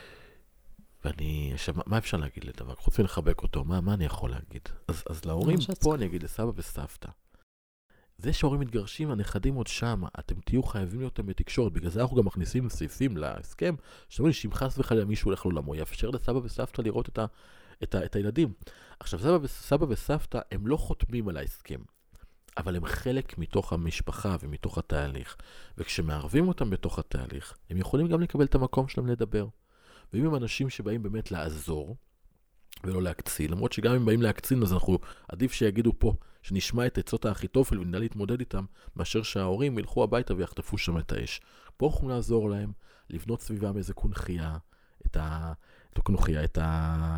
ואני, עכשיו, מה אפשר להגיד לדבר? חוץ מלחבק אותו, מה, מה אני יכול להגיד? אז, אז להורים, פה אני אגיד לסבא וסבתא. זה שההורים מתגרשים, הנכדים עוד שם, אתם תהיו חייבים להיות בתקשורת, בגלל זה אנחנו גם מכניסים סעיפים להסכם, שאומרים שאם חס וחלילה מישהו הולך לעולמו, יאפשר לסבא וסבתא לראות את, ה, את, ה, את הילדים. עכשיו, סבא, סבא וסבתא, הם לא חותמים על ההסכם, אבל הם חלק מתוך המשפחה ומתוך התהליך, וכשמערבים אותם בתוך התהליך, הם יכולים גם לקבל את המקום שלהם לדבר. ואם הם אנשים שבאים באמת לעזור, ולא להקצין, למרות שגם אם באים להקצין, אז אנחנו עדיף שיגידו פה, שנשמע את עצות האחיתופל ונדע להתמודד איתם, מאשר שההורים ילכו הביתה ויחטפו שם את האש. פה אנחנו לעזור להם, לבנות סביבם איזה קונחייה, את ה... את הקונחייה, את ה...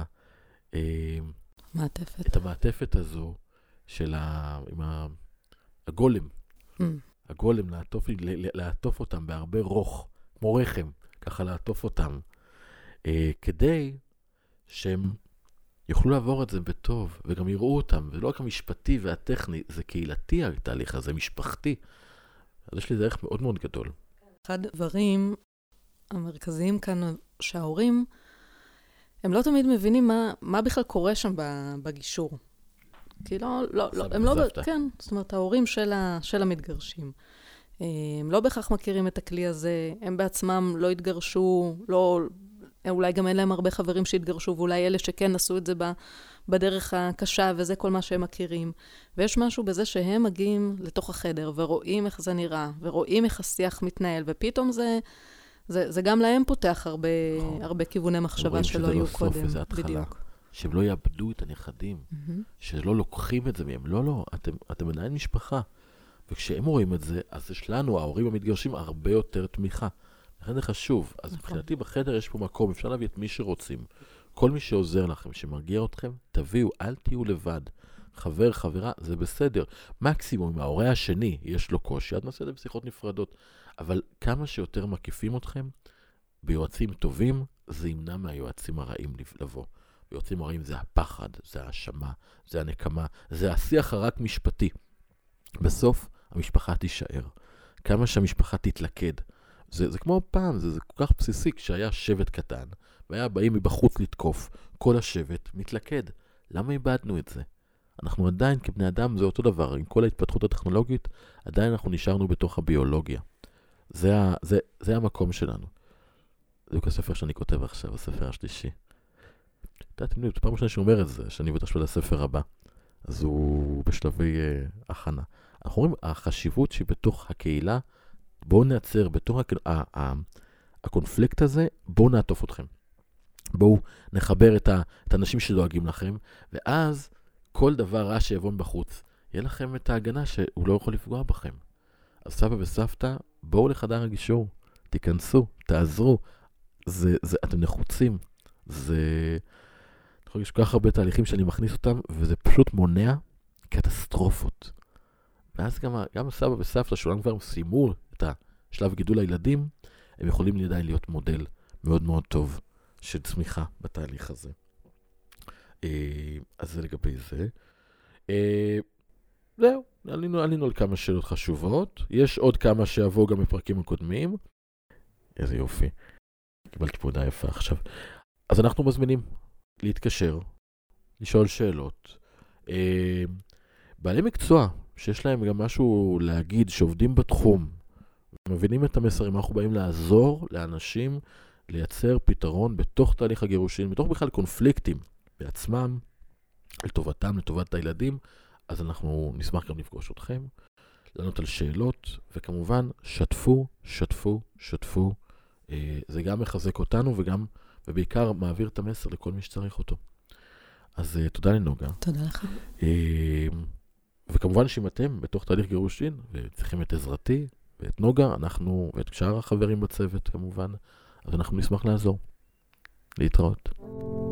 מעטפת. את המעטפת הזו של ה... עם ה... הגולם. Mm. הגולם, לעטוף, לעטוף אותם בהרבה רוך, כמו רחם, ככה לעטוף אותם, אה, כדי שהם יוכלו לעבור את זה בטוב, וגם יראו אותם, ולא רק המשפטי והטכני, זה קהילתי התהליך הזה, משפחתי. אז יש לי דרך מאוד מאוד גדול. אחד הדברים המרכזיים כאן, שההורים, הם לא תמיד מבינים מה, מה בכלל קורה שם בגישור. כי לא, לא, לא, הם לא, כן, זאת אומרת, ההורים של, ה, של המתגרשים. הם לא בהכרח מכירים את הכלי הזה, הם בעצמם לא התגרשו, לא... אולי גם אין להם הרבה חברים שהתגרשו, ואולי אלה שכן עשו את זה בדרך הקשה, וזה כל מה שהם מכירים. ויש משהו בזה שהם מגיעים לתוך החדר, ורואים איך זה נראה, ורואים איך השיח מתנהל, ופתאום זה, זה, זה גם להם פותח הרבה, הרבה כיווני מחשבה שלא היו קודם. רואים שזה לא סוף, וזה התחלה. שהם לא יאבדו את הנכדים, שלא לוקחים את זה מהם. לא, לא, אתם, אתם מנהל משפחה. וכשהם רואים את זה, אז יש לנו, ההורים המתגרשים, הרבה יותר תמיכה. לכן זה חשוב. אז מבחינתי בחדר יש פה מקום, אפשר להביא את מי שרוצים. כל מי שעוזר לכם, שמרגיע אתכם, תביאו, אל תהיו לבד. חבר, חברה, זה בסדר. מקסימום, אם ההורה השני יש לו קושי, עד נעשה את זה בשיחות נפרדות. אבל כמה שיותר מקיפים אתכם, ביועצים טובים, זה ימנע מהיועצים הרעים לבוא. ביועצים הרעים זה הפחד, זה האשמה, זה הנקמה, זה השיח הרק משפטי. בסוף, המשפחה תישאר. כמה שהמשפחה תתלכד. זה, זה כמו פעם, זה, זה כל כך בסיסי, כשהיה שבט קטן, והיה באים מבחוץ לתקוף, כל השבט מתלכד. למה איבדנו את זה? אנחנו עדיין, כבני אדם, זה אותו דבר. עם כל ההתפתחות הטכנולוגית, עדיין אנחנו נשארנו בתוך הביולוגיה. זה, זה, זה המקום שלנו. זה הספר שאני כותב עכשיו, הספר השלישי. אתם יודעים, פעם ראשונה שאומר את זה, שאני בטח של הספר הבא, אז הוא בשלבי uh, הכנה. אנחנו רואים, החשיבות שהיא בתוך הקהילה, בואו נעצר, בתוך הק... ה- ה- הקונפליקט הזה, בואו נעטוף אתכם. בואו נחבר את, ה... את האנשים שדואגים לכם, ואז כל דבר רע שיבוא בחוץ, יהיה לכם את ההגנה שהוא לא יכול לפגוע בכם. אז סבא וסבתא, בואו לחדר הגישור, תיכנסו, תעזרו, זה, זה, אתם נחוצים. זה... יש כל כך הרבה תהליכים שאני מכניס אותם, וזה פשוט מונע קטסטרופות. ואז גם, גם סבא וסבתא, שאולי כבר סיימו את השלב גידול הילדים, הם יכולים עדיין להיות מודל מאוד מאוד טוב של צמיחה בתהליך הזה. אז זה לגבי זה. זהו, עלינו, עלינו על כמה שאלות חשובות. יש עוד כמה שיבואו גם בפרקים הקודמים. איזה יופי. קיבלתי פה דעה יפה עכשיו. אז אנחנו מזמינים להתקשר, לשאול שאלות. בעלי מקצוע, שיש להם גם משהו להגיד, שעובדים בתחום, מבינים את המסרים, אנחנו באים לעזור לאנשים לייצר פתרון בתוך תהליך הגירושין, בתוך בכלל קונפליקטים בעצמם, לטובתם, לטובת הילדים, אז אנחנו נשמח גם לפגוש אתכם, לענות על שאלות, וכמובן, שתפו, שתפו, שתפו. זה גם מחזק אותנו וגם, ובעיקר מעביר את המסר לכל מי שצריך אותו. אז תודה לנוגה. תודה לך. וכמובן שאם אתם בתוך תהליך גירושין, וצריכים את עזרתי ואת נוגה, אנחנו, ואת שאר החברים בצוות כמובן, אז אנחנו נשמח לעזור. להתראות.